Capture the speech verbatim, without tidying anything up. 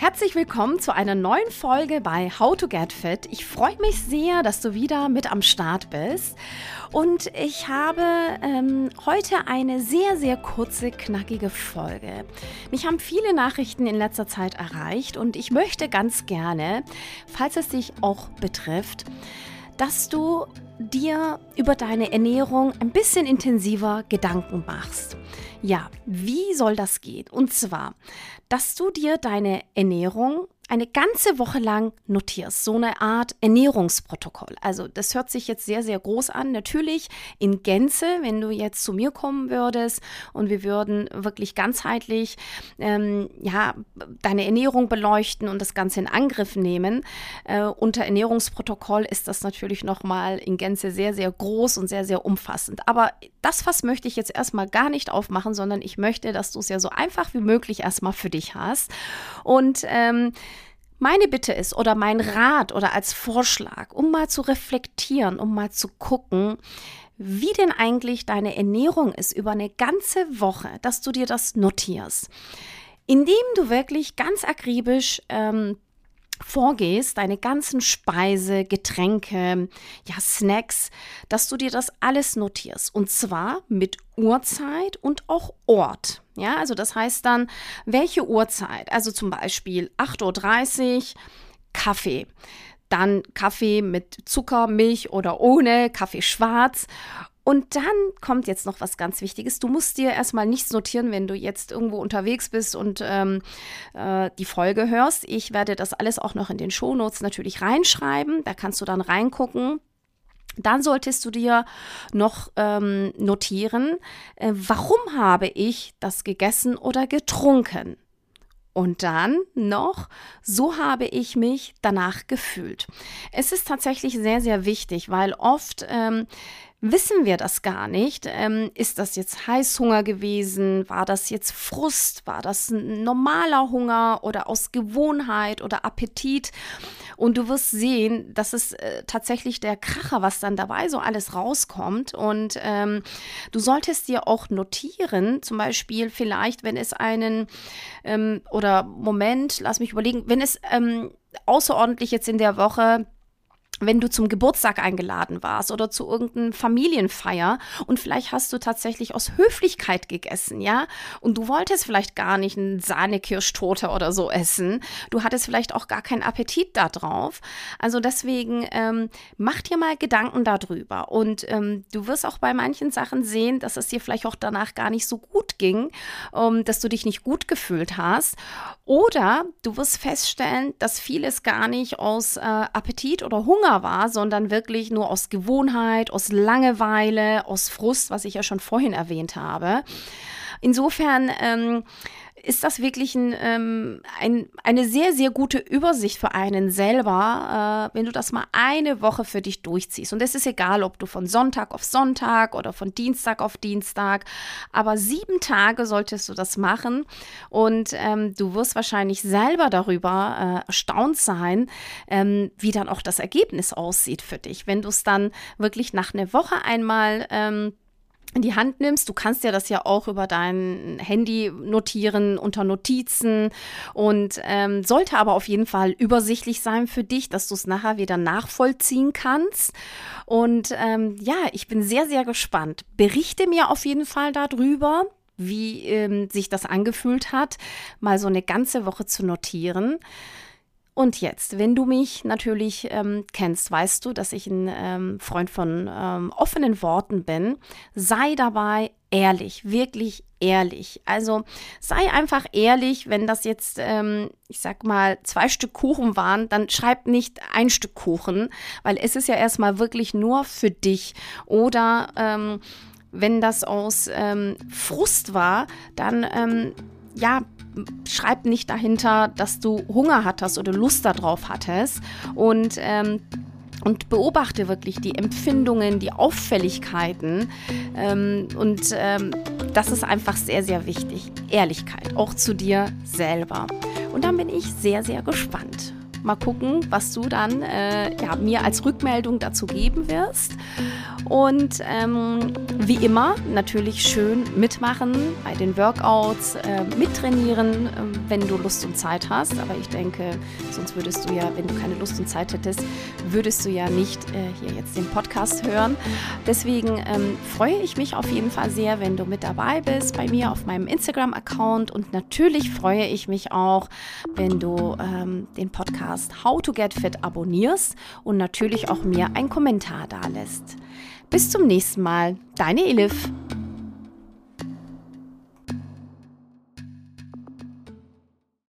Herzlich willkommen zu einer neuen Folge bei How to Get Fit. Ich freue mich sehr, dass du wieder mit am Start bist. Und ich habe ähm, heute eine sehr, sehr kurze, knackige Folge. Mich haben viele Nachrichten in letzter Zeit erreicht und ich möchte ganz gerne, falls es dich auch betrifft, dass du dir über deine Ernährung ein bisschen intensiver Gedanken machst. Ja, wie soll das gehen? Und zwar, dass du dir deine Ernährung eine ganze Woche lang notierst, so eine Art Ernährungsprotokoll. Also das hört sich jetzt sehr, sehr groß an. Natürlich in Gänze, wenn du jetzt zu mir kommen würdest und wir würden wirklich ganzheitlich ähm, ja, deine Ernährung beleuchten und das Ganze in Angriff nehmen. Äh, unter Ernährungsprotokoll ist das natürlich nochmal in Gänze sehr, sehr groß und sehr, sehr umfassend. Aber das Fass möchte ich jetzt erstmal gar nicht aufmachen, sondern ich möchte, dass du es ja so einfach wie möglich erstmal für dich hast. Und ähm, meine Bitte ist oder mein Rat oder als Vorschlag, um mal zu reflektieren, um mal zu gucken, wie denn eigentlich deine Ernährung ist über eine ganze Woche, dass du dir das notierst. Indem du wirklich ganz akribisch ähm, vorgehst, deine ganzen Speise, Getränke, ja, Snacks, dass du dir das alles notierst. Und zwar mit Uhrzeit und auch Ort. Ja, also das heißt dann, welche Uhrzeit? Also zum Beispiel acht Uhr dreißig, Kaffee. Dann Kaffee mit Zucker, Milch oder ohne, Kaffee schwarz. Und dann kommt jetzt noch was ganz Wichtiges. Du musst dir erstmal nichts notieren, wenn du jetzt irgendwo unterwegs bist und ähm, äh, die Folge hörst. Ich werde das alles auch noch in den Shownotes natürlich reinschreiben. Da kannst du dann reingucken. Dann solltest du dir noch ähm, notieren, äh, warum habe ich das gegessen oder getrunken? Und dann noch, so habe ich mich danach gefühlt. Es ist tatsächlich sehr, sehr wichtig, weil oft ähm, wissen wir das gar nicht. Ähm, ist das jetzt Heißhunger gewesen? War das jetzt Frust? War das ein normaler Hunger oder aus Gewohnheit oder Appetit? Und du wirst sehen, das ist äh, tatsächlich der Kracher, was dann dabei so alles rauskommt. Und ähm, du solltest dir auch notieren, zum Beispiel vielleicht, wenn es einen, ähm, oder Moment, lass mich überlegen, wenn es ähm, außerordentlich jetzt in der Woche, wenn du zum Geburtstag eingeladen warst oder zu irgendeiner Familienfeier und vielleicht hast du tatsächlich aus Höflichkeit gegessen, ja, und du wolltest vielleicht gar nicht eine Sahnekirstorte oder so essen, du hattest vielleicht auch gar keinen Appetit da drauf, also deswegen ähm, mach dir mal Gedanken darüber und ähm, du wirst auch bei manchen Sachen sehen, dass es dir vielleicht auch danach gar nicht so gut ging, ähm, dass du dich nicht gut gefühlt hast oder du wirst feststellen, dass vieles gar nicht aus äh, Appetit oder Hunger war, sondern wirklich nur aus Gewohnheit, aus Langeweile, aus Frust, was ich ja schon vorhin erwähnt habe. Insofern ähm, ist das wirklich ein, ähm, ein, eine sehr, sehr gute Übersicht für einen selber, äh, wenn du das mal eine Woche für dich durchziehst. Und es ist egal, ob du von Sonntag auf Sonntag oder von Dienstag auf Dienstag, aber sieben Tage solltest du das machen und ähm, du wirst wahrscheinlich selber darüber äh, erstaunt sein, ähm, wie dann auch das Ergebnis aussieht für dich, wenn du es dann wirklich nach einer Woche einmal ähm, in die Hand nimmst. Du kannst ja das ja auch über dein Handy notieren, unter Notizen und ähm, sollte aber auf jeden Fall übersichtlich sein für dich, dass du es nachher wieder nachvollziehen kannst. Und ähm, ja, ich bin sehr, sehr gespannt. Berichte mir auf jeden Fall darüber, wie ähm, sich das angefühlt hat, mal so eine ganze Woche zu notieren. Und jetzt, wenn du mich natürlich ähm, kennst, weißt du, dass ich ein ähm, Freund von ähm, offenen Worten bin. Sei dabei ehrlich, wirklich ehrlich. Also sei einfach ehrlich, wenn das jetzt, ähm, ich sag mal, zwei Stück Kuchen waren, dann schreib nicht ein Stück Kuchen, weil es ist ja erstmal wirklich nur für dich. Oder ähm, wenn das aus ähm, Frust war, dann ähm, ja, schreib nicht dahinter, dass du Hunger hattest oder Lust darauf hattest und, ähm, und beobachte wirklich die Empfindungen, die Auffälligkeiten ähm, und ähm, das ist einfach sehr, sehr wichtig. Ehrlichkeit, auch zu dir selber. Und dann bin ich sehr, sehr gespannt. Mal gucken, was du dann äh, ja, mir als Rückmeldung dazu geben wirst. Und ähm, wie immer natürlich schön mitmachen bei den Workouts, äh, mittrainieren, äh, wenn du Lust und Zeit hast. Aber ich denke, sonst würdest du ja, wenn du keine Lust und Zeit hättest, würdest du ja nicht äh, hier jetzt den Podcast hören. Deswegen ähm, freue ich mich auf jeden Fall sehr, wenn du mit dabei bist bei mir auf meinem Instagram-Account. Und natürlich freue ich mich auch, wenn du ähm, den Podcast How to Get Fit abonnierst und natürlich auch mir einen Kommentar da lässt. Bis zum nächsten Mal, deine Elif.